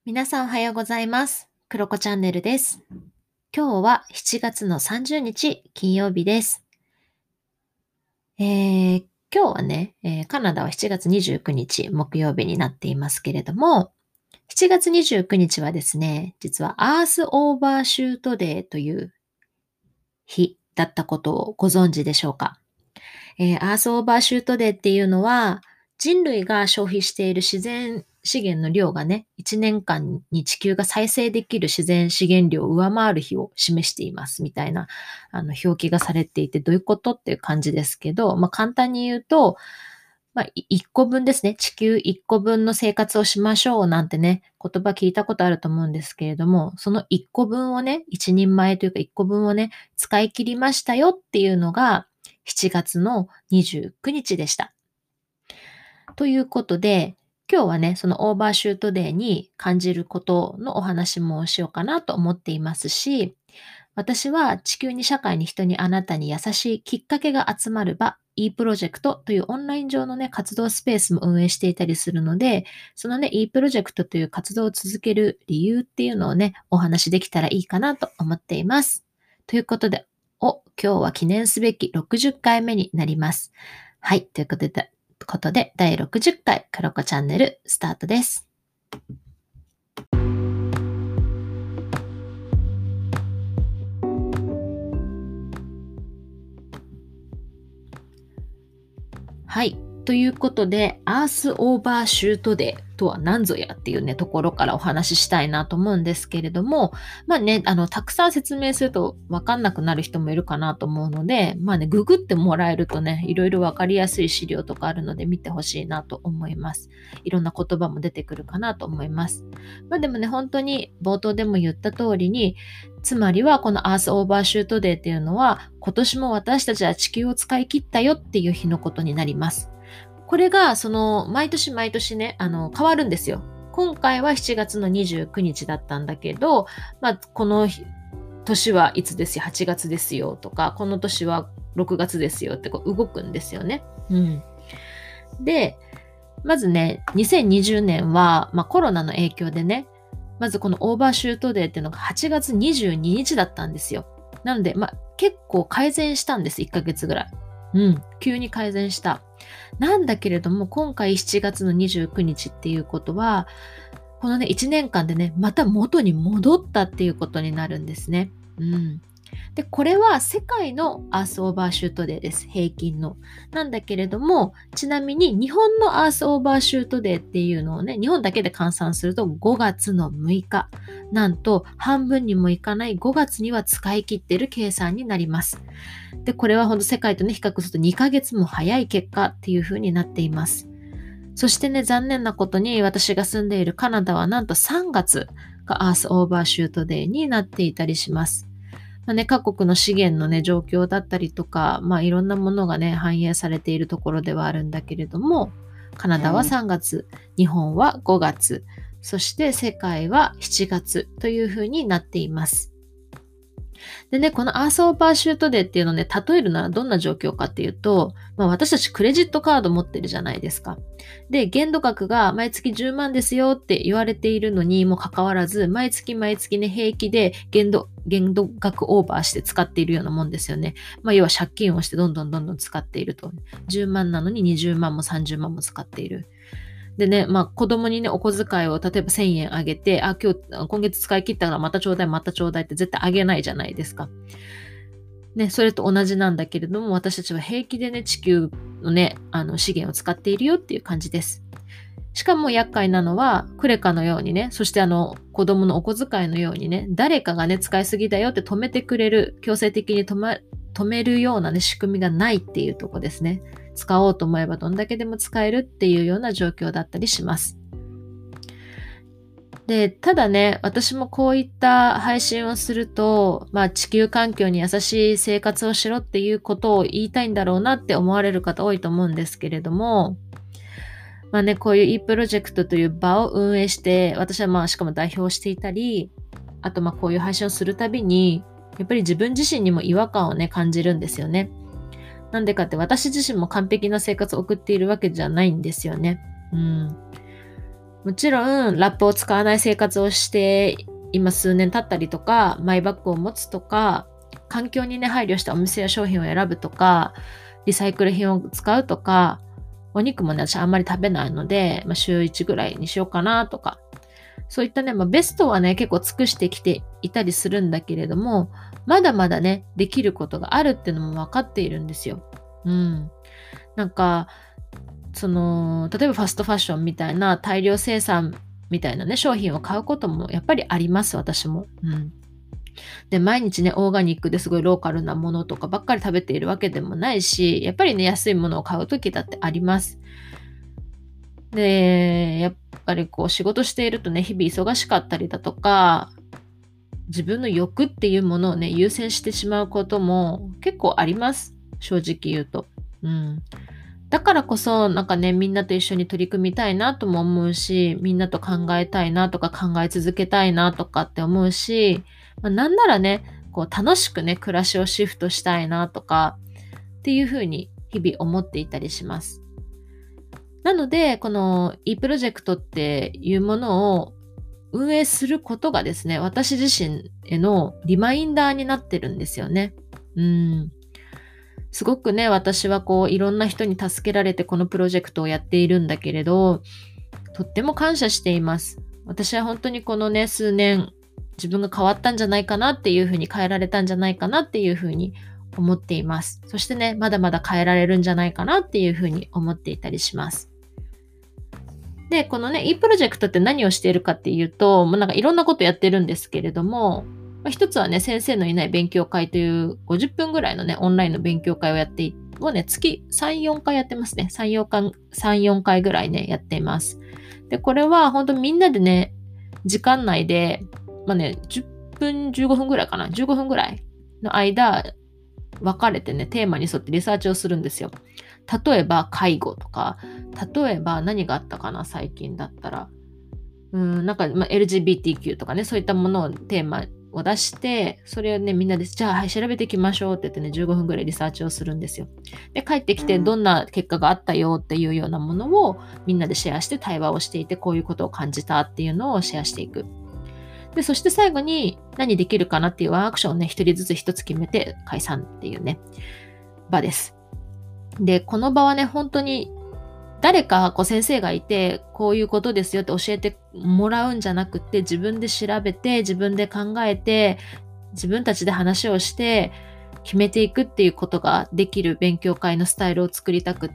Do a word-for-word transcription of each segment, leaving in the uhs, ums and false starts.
皆さんおはようございます。クロコチャンネルです。今日はしちがつのさんじゅうにち金曜日です。えー、今日はね、えーカナダはしちがつにじゅうくにち木曜日になっていますけれども、しちがつにじゅうくにちはですね、実はアースオーバーシュートデーという日だったことをご存知でしょうか？えーアースオーバーシュートデーっていうのは、人類が消費している自然資源の量がね、いちねんかんに地球が再生できる自然資源量を上回る日を示していますみたいなあの表記がされていて、どういうことっていう感じですけど、まあ、簡単に言うと、まあ、いいっこぶんですね。地球いっこぶんの生活をしましょうなんてね、言葉聞いたことあると思うんですけれども、そのいっこぶんをね、一人前というかいっこぶんをね、使い切りましたよっていうのがしちがつのにじゅうくにちでした。ということで、今日はね、そのオーバーシュートデーに感じることのお話もしようかなと思っていますし、私は地球に社会に人にあなたに優しいきっかけが集まる場 E プロジェクトというオンライン上のね、活動スペースも運営していたりするので、そのね、E プロジェクトという活動を続ける理由っていうのをね、お話できたらいいかなと思っています。ということで、お、今日は記念すべきろくじゅっかいめになります。はい、ということで、ことでだいろくじゅっかいクロコチャンネルスタートです。はい。ということで、アースオーバーシュートデーとは何ぞやっていうね、ところからお話ししたいなと思うんですけれども、まあね、あの、たくさん説明するとわかんなくなる人もいるかなと思うので、まあね、ググってもらえるとね、いろいろわかりやすい資料とかあるので見てほしいなと思います。いろんな言葉も出てくるかなと思います。まあでもね、本当に冒頭でも言った通りに、つまりはこのアースオーバーシュートデーっていうのは、今年も私たちは地球を使い切ったよっていう日のことになります。これが、その、毎年毎年ね、あの、変わるんですよ。今回はしちがつのにじゅうくにちだったんだけど、まあ、この年はいつですよ、はちがつですよとか、この年はろくがつですよってこう動くんですよね。うん。で、まずね、にせんにじゅうねんは、まあ、コロナの影響でね、まずこのオーバーシュートデーっていうのがはちがつにじゅうににちだったんですよ。なので、まあ、結構改善したんです、いっかげつぐらい。うん、急に改善した。なんだけれども、今回しちがつのにじゅうくにちっていうことは、このね、いちねんかんでね、また元に戻ったっていうことになるんですね。うん。で、これは世界のアースオーバーシュートデーです。平均の。なんだけれども、ちなみに日本のアースオーバーシュートデーっていうのをね、日本だけで換算するとごがつのむいか。なんと半分にもいかないごがつには使い切ってる計算になります。で、これは本当世界とね、比較するとにかげつも早い結果っていう風になっています。そしてね、残念なことに私が住んでいるカナダはなんとさんがつがアースオーバーシュートデーになっていたりします。まあね、各国の資源のね、状況だったりとか、まあいろんなものがね、反映されているところではあるんだけれども、カナダはさんがつ、日本はごがつ、そして世界はしちがつというふうになっています。でね、このアースオーバーシュートデーっていうのをね、例えるならどんな状況かっていうと、まあ、私たちクレジットカード持ってるじゃないですか。で、限度額が毎月じゅうまんですよって言われているのにもかかわらず、毎月毎月ね、平気で限度、限度額オーバーして使っているようなもんですよね。まあ、要は借金をしてどんどんどんどん使っていると。じゅうまんなのににじゅうまんもさんじゅうまんも使っている。でね、まあ子供にね、お小遣いを例えばせんえんあげて、あ、今日、今月使い切ったからまたちょうだい、またちょうだいって絶対あげないじゃないですか。ね、それと同じなんだけれども、私たちは平気でね、地球のね、あの資源を使っているよっていう感じです。しかも厄介なのは、クレカのようにね、そしてあの、子供のお小遣いのようにね、誰かがね、使いすぎだよって止めてくれる、強制的に止ま、止めるようなね、仕組みがないっていうとこですね。使おうと思えばどんだけでも使えるっていうような状況だったりします。で、ただね、私もこういった配信をすると、まあ地球環境に優しい生活をしろっていうことを言いたいんだろうなって思われる方多いと思うんですけれども、まあね、こういう E プロジェクトという場を運営して、私はまあしかも代表をしていたり、あとまあこういう配信をするたびに、やっぱり自分自身にも違和感をね、感じるんですよね。なんでかって私自身も完璧な生活を送っているわけじゃないんですよね。うん。 もちろんラップを使わない生活をして今数年経ったりとか、マイバッグを持つとか、環境にね配慮したお店や商品を選ぶとか、リサイクル品を使うとか、お肉もね私あんまり食べないので、まあ、週いちぐらいにしようかなとか、そういったね、まあ、ベストはね結構尽くしてきていたりするんだけれども、まだまだねできることがあるっていうのも分かっているんですよ。うん。なんかその例えばファストファッションみたいな大量生産みたいなね商品を買うこともやっぱりあります、私も。うん。で、毎日ね、オーガニックですごいローカルなものとかばっかり食べているわけでもないし、やっぱりね、安いものを買う時だってあります。で、やっぱりこう仕事しているとね、日々忙しかったりだとか、自分の欲っていうものをね、優先してしまうことも結構あります。正直言うと。うん。だからこそ、なんかね、みんなと一緒に取り組みたいなとも思うし、みんなと考えたいなとか考え続けたいなとかって思うし、まあ、なんならね、こう楽しくね、暮らしをシフトしたいなとかっていうふうに日々思っていたりします。なので、この e プロジェクトっていうものを運営することがですね、私自身へのリマインダーになってるんですよね。うん。すごくね、私はこういろんな人に助けられてこのプロジェクトをやっているんだけれど、とっても感謝しています。私は本当にこのね、数年自分が変わったんじゃないかなっていうふうに変えられたんじゃないかなっていうふうに思っています。そしてね、まだまだ変えられるんじゃないかなっていうふうに思っていたりします。で、このね、e プロジェクトって何をしているかっていうと、もうなんかいろんなことやってるんですけれども、まあ、一つはね、先生のいない勉強会というごじゅっぷんぐらいのね、オンラインの勉強会をやっていもうね、月さん、よんかいやってますね。さん、よんかい、さん、よんかいぐらいね、やっています。で、これは本当みんなでね、時間内で、まあね、じゅっぷん、じゅうごふんぐらいかな、じゅうごふんぐらいの間、分かれてね、テーマに沿ってリサーチをするんですよ。例えば、介護とか、例えば何があったかな、最近だったら。うん、なんか、まあ、エルジービーティーキュー とかね、そういったものをテーマを出して、それをね、みんなで、じゃあ、はい、調べていきましょうって言ってね、じゅうごふんぐらいリサーチをするんですよ。で、帰ってきて、どんな結果があったよっていうようなものをみんなでシェアして対話をしていて、こういうことを感じたっていうのをシェアしていく。で、そして最後に何できるかなっていうワンアクションをね、一人ずつ一つ決めて解散っていうね、場です。で、この場はね、本当に誰かこう先生がいて、こういうことですよって教えてもらうんじゃなくて、自分で調べて、自分で考えて、自分たちで話をして、決めていくっていうことができる勉強会のスタイルを作りたくって、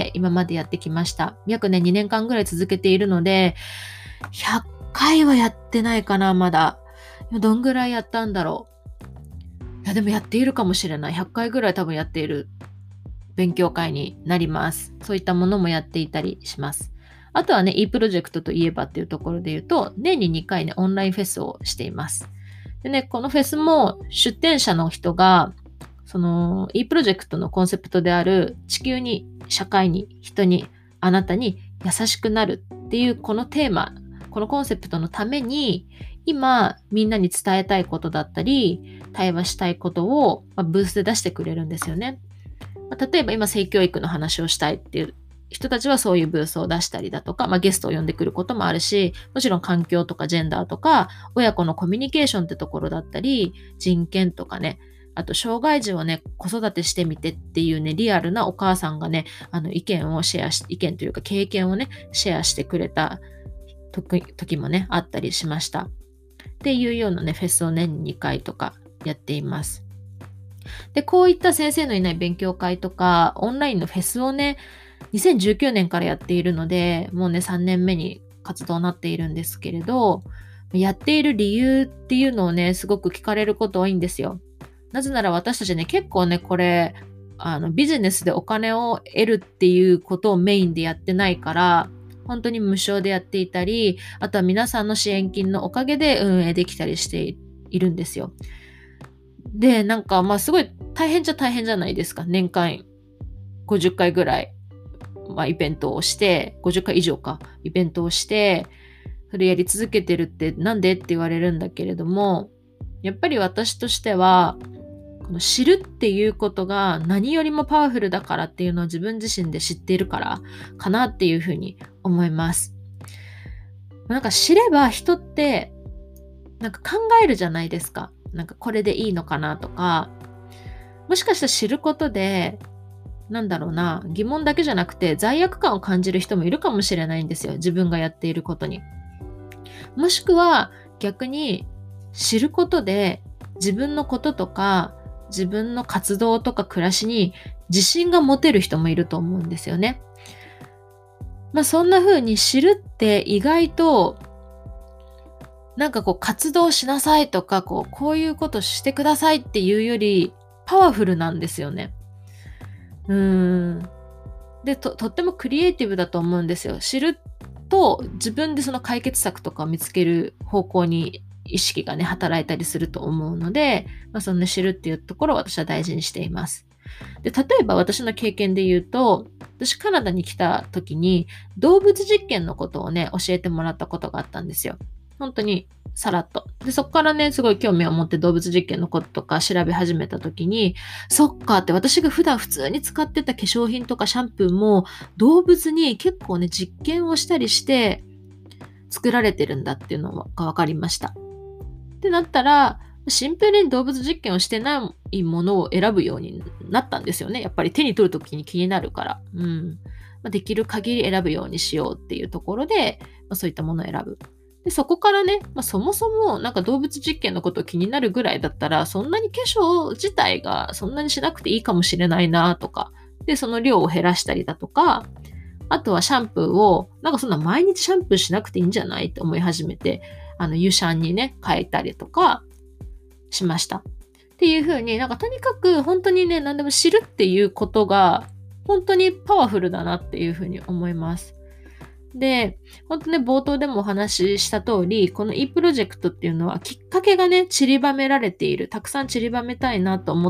今までやってきました。約ね、にねんかんぐらい続けているので、ひゃっかいはやってないかな、まだ。どんぐらいやったんだろう。いや、でもやっているかもしれない。ひゃっかいぐらい多分やっている勉強会になります。そういったものもやっていたりします。あとはね、e プロジェクトといえばっていうところで言うと、年ににかいね、オンラインフェスをしています。でね、このフェスも出展者の人が、その e プロジェクトのコンセプトである地球に、社会に、人に、あなたに優しくなるっていうこのテーマ、このコンセプトのために、今みんなに伝えたいことだったり、対話したいことを、まあ、ブースで出してくれるんですよね。まあ、例えば今性教育の話をしたいっていう人たちはそういうブースを出したりだとか、まあ、ゲストを呼んでくることもあるし、もちろん環境とかジェンダーとか親子のコミュニケーションってところだったり、人権とかね、あと障害児をね子育てしてみてっていうねリアルなお母さんがねあの意見をシェアし意見というか経験をねシェアしてくれた時時もねあったりしましたっていうようなねフェスを年ににかいとかやっています。で、こういった先生のいない勉強会とか、オンラインのフェスをね、にせんじゅうきゅうねんからやっているので、もうね、さんねんめに活動になっているんですけれど、やっている理由っていうのをね、すごく聞かれること多いんですよ。なぜなら私たちね、結構ね、これ、あの、ビジネスでお金を得るっていうことをメインでやってないから、本当に無償でやっていたり、あとは皆さんの支援金のおかげで運営できたりしているんですよ。で、なんか、まあ、すごい大変じゃ大変じゃないですか。年間ごじゅっかいぐらい、まあ、イベントをして、ごじゅっかい以上か、イベントをして、それやり続けてるってなんでって言われるんだけれども、やっぱり私としては、この知るっていうことが何よりもパワフルだからっていうのを自分自身で知っているからかなっていうふうに思います。 なんか知れば人ってなんか考えるじゃないですか。なんかこれでいいのかなとか、もしかしたら知ることで、なんだろうな、疑問だけじゃなくて罪悪感を感じる人もいるかもしれないんですよ。自分がやっていることに。もしくは逆に知ることで自分のこととか自分の活動とか暮らしに自信が持てる人もいると思うんですよね。まあそんな風に知るって意外となんかこう活動しなさいとかこう、こういうことしてくださいっていうよりパワフルなんですよね。うーん。で、と、とってもクリエイティブだと思うんですよ。知ると自分でその解決策とかを見つける方向に意識がね、働いたりすると思うので、まあ、その知るっていうところを私は大事にしています。で、例えば私の経験で言うと、私カナダに来た時に動物実験のことをね、教えてもらったことがあったんですよ。本当にさらっと。で、そこからね、すごい興味を持って動物実験のこととか調べ始めた時に、そっかって私が普段普通に使ってた化粧品とかシャンプーも動物に結構ね、実験をしたりして作られてるんだっていうのが分かりました。ってなったら、シンプルに動物実験をしてないものを選ぶようになったんですよね。やっぱり手に取るときに気になるから。うん。まあ、できる限り選ぶようにしようっていうところで、まあ、そういったものを選ぶ。で、そこからね、まあ、そもそもなんか動物実験のこと気になるぐらいだったら、そんなに化粧自体がそんなにしなくていいかもしれないなとか、で、その量を減らしたりだとか、あとはシャンプーを、なんかそんな毎日シャンプーしなくていいんじゃないって思い始めて、あの、油シャンにね、変えたりとかしました。っていう風に、なんかとにかく本当にね、何でも知るっていうことが、本当にパワフルだなっていう風に思います。で、本当ね、冒頭でもお話しした通り、この E プロジェクトっていうのはきっかけがね、散りばめられている、たくさん散りばめたいなと思って、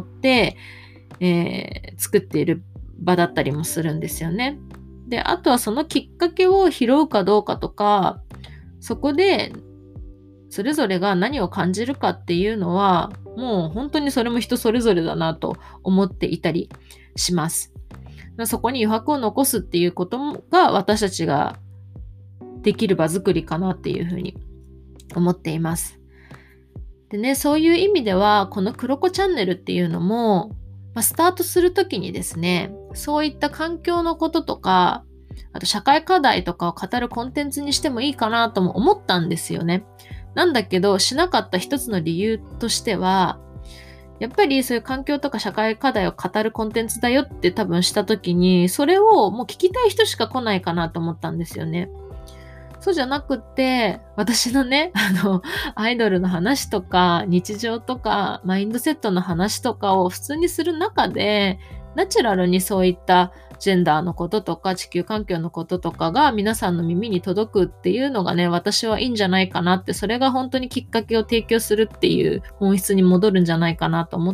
えー作っている場だったりもするんですよね。で、あとはそのきっかけを拾うかどうかとか、そこでそれぞれが何を感じるかっていうのは、もう本当にそれも人それぞれだなと思っていたりします。そこに余白を残すっていうことが私たちができる場作りかなっていうふうに思っています。でね、そういう意味では、このクロコチャンネルっていうのも、まあ、スタートするときにですね、そういった環境のこととか、あと社会課題とかを語るコンテンツにしてもいいかなとも思ったんですよね。なんだけど、しなかった一つの理由としては、やっぱりそういう環境とか社会課題を語るコンテンツだよって多分したときに、それをもう聞きたい人しか来ないかなと思ったんですよね。そうじゃなくって、私のね、あの、アイドルの話とか、日常とか、マインドセットの話とかを普通にする中で、ナチュラルにそういったジェンダーのこととか、地球環境のこととかが皆さんの耳に届くっていうのがね、私はいいんじゃないかなって、それが本当にきっかけを提供するっていう本質に戻るんじゃないかなと思って、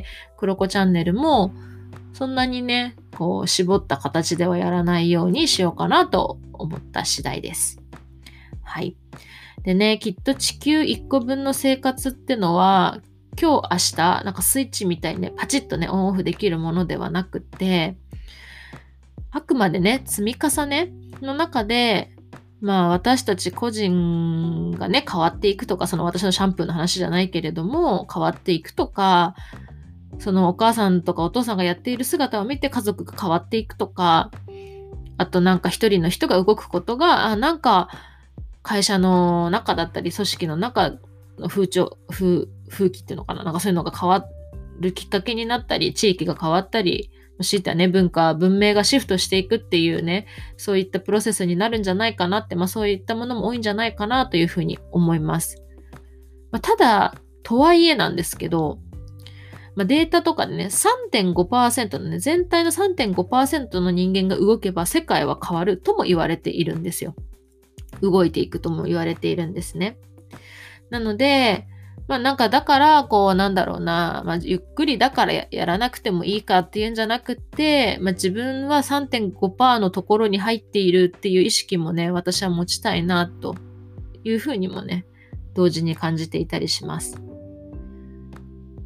クロコチャンネルも、そんなにね、こう、絞った形ではやらないようにしようかなと思った次第です。はい。でね、きっと地球いっこぶんの生活ってのは、今日明日、なんかスイッチみたいにね、パチッとね、オンオフできるものではなくて、あくまでね、積み重ねの中で、まあ私たち個人がね、変わっていくとか、その私のシャンプーの話じゃないけれども、変わっていくとか、そのお母さんとかお父さんがやっている姿を見て家族が変わっていくとか、あとなんか一人の人が動くことが、あ、なんか会社の中だったり、組織の中の風潮、風、風紀っていうのかな、なんかそういうのが変わるきっかけになったり、地域が変わったり、強いてはね、文化、文明がシフトしていくっていうね、そういったプロセスになるんじゃないかなって、まあそういったものも多いんじゃないかなというふうに思います。まあ、ただ、とはいえなんですけど、まあ、データとかでね、さんてんごパーセント のね、全体の さんてんごパーセント の人間が動けば世界は変わるとも言われているんですよ。動いていくとも言われているんですね。なので、まあなんかだから、こうなんだろうな、まあゆっくりだから や, やらなくてもいいかっていうんじゃなくて、まあ自分は さんてんごパーセント のところに入っているっていう意識もね、私は持ちたいなというふうにもね、同時に感じていたりします。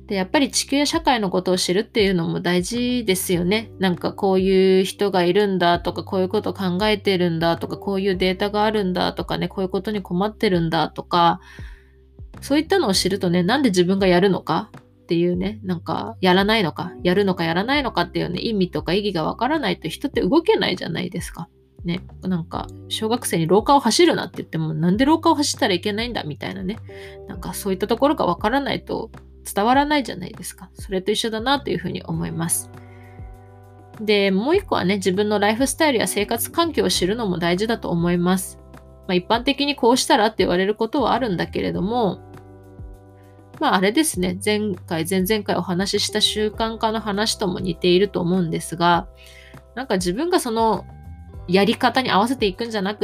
で、やっぱり地球や社会のことを知るっていうのも大事ですよね。なんかこういう人がいるんだとか、こういうこと考えてるんだとか、こういうデータがあるんだとかね、こういうことに困ってるんだとか、そういったのを知るとね、なんで自分がやるのかっていうね、なんかやらないのか、やるのかやらないのかっていうね、意味とか意義がわからないと人って動けないじゃないですか。ね、なんか小学生に廊下を走るなって言っても、なんで廊下を走ったらいけないんだみたいなね、なんかそういったところがわからないと伝わらないじゃないですか。それと一緒だなというふうに思います。で、もう一個はね、自分のライフスタイルや生活環境を知るのも大事だと思います。まあ、一般的にこうしたらって言われることはあるんだけれども、まああれですね、前回、前々回お話しした習慣化の話とも似ていると思うんですが、なんか自分がそのやり方に合わせていくんじゃなくって、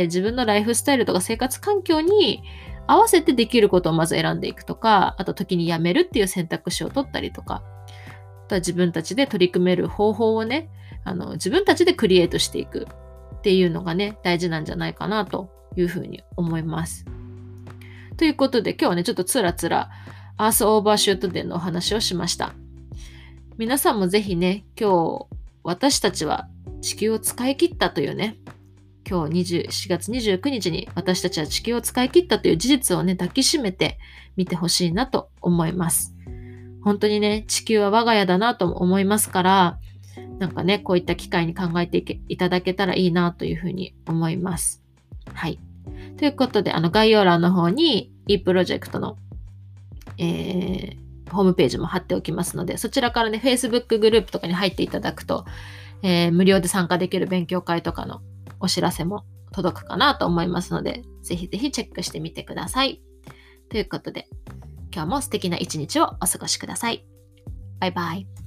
自分のライフスタイルとか生活環境に合わせてできることをまず選んでいくとか、あと時にやめるっていう選択肢を取ったりとか、あとは自分たちで取り組める方法をね、あの自分たちでクリエイトしていくっていうのがね、大事なんじゃないかなというふうに思います。ということで今日はね、ちょっとつらつらアースオーバーシュートデーのお話をしました。皆さんもぜひね、今日私たちは地球を使い切ったというね、今日にじゅうしがつにじゅうくにちに私たちは地球を使い切ったという事実をね、抱きしめてみてほしいなと思います。本当にね、地球は我が家だなとも思いますから、なんかね、こういった機会に考えていけいただけたらいいなというふうに思います。はい。ということで、あの概要欄の方に e プロジェクトの、えー、ホームページも貼っておきますので、そちらからね、Facebook グループとかに入っていただくと、えー、無料で参加できる勉強会とかのお知らせも届くかなと思いますので、ぜひぜひチェックしてみてください。ということで、今日も素敵な一日をお過ごしください。バイバイ。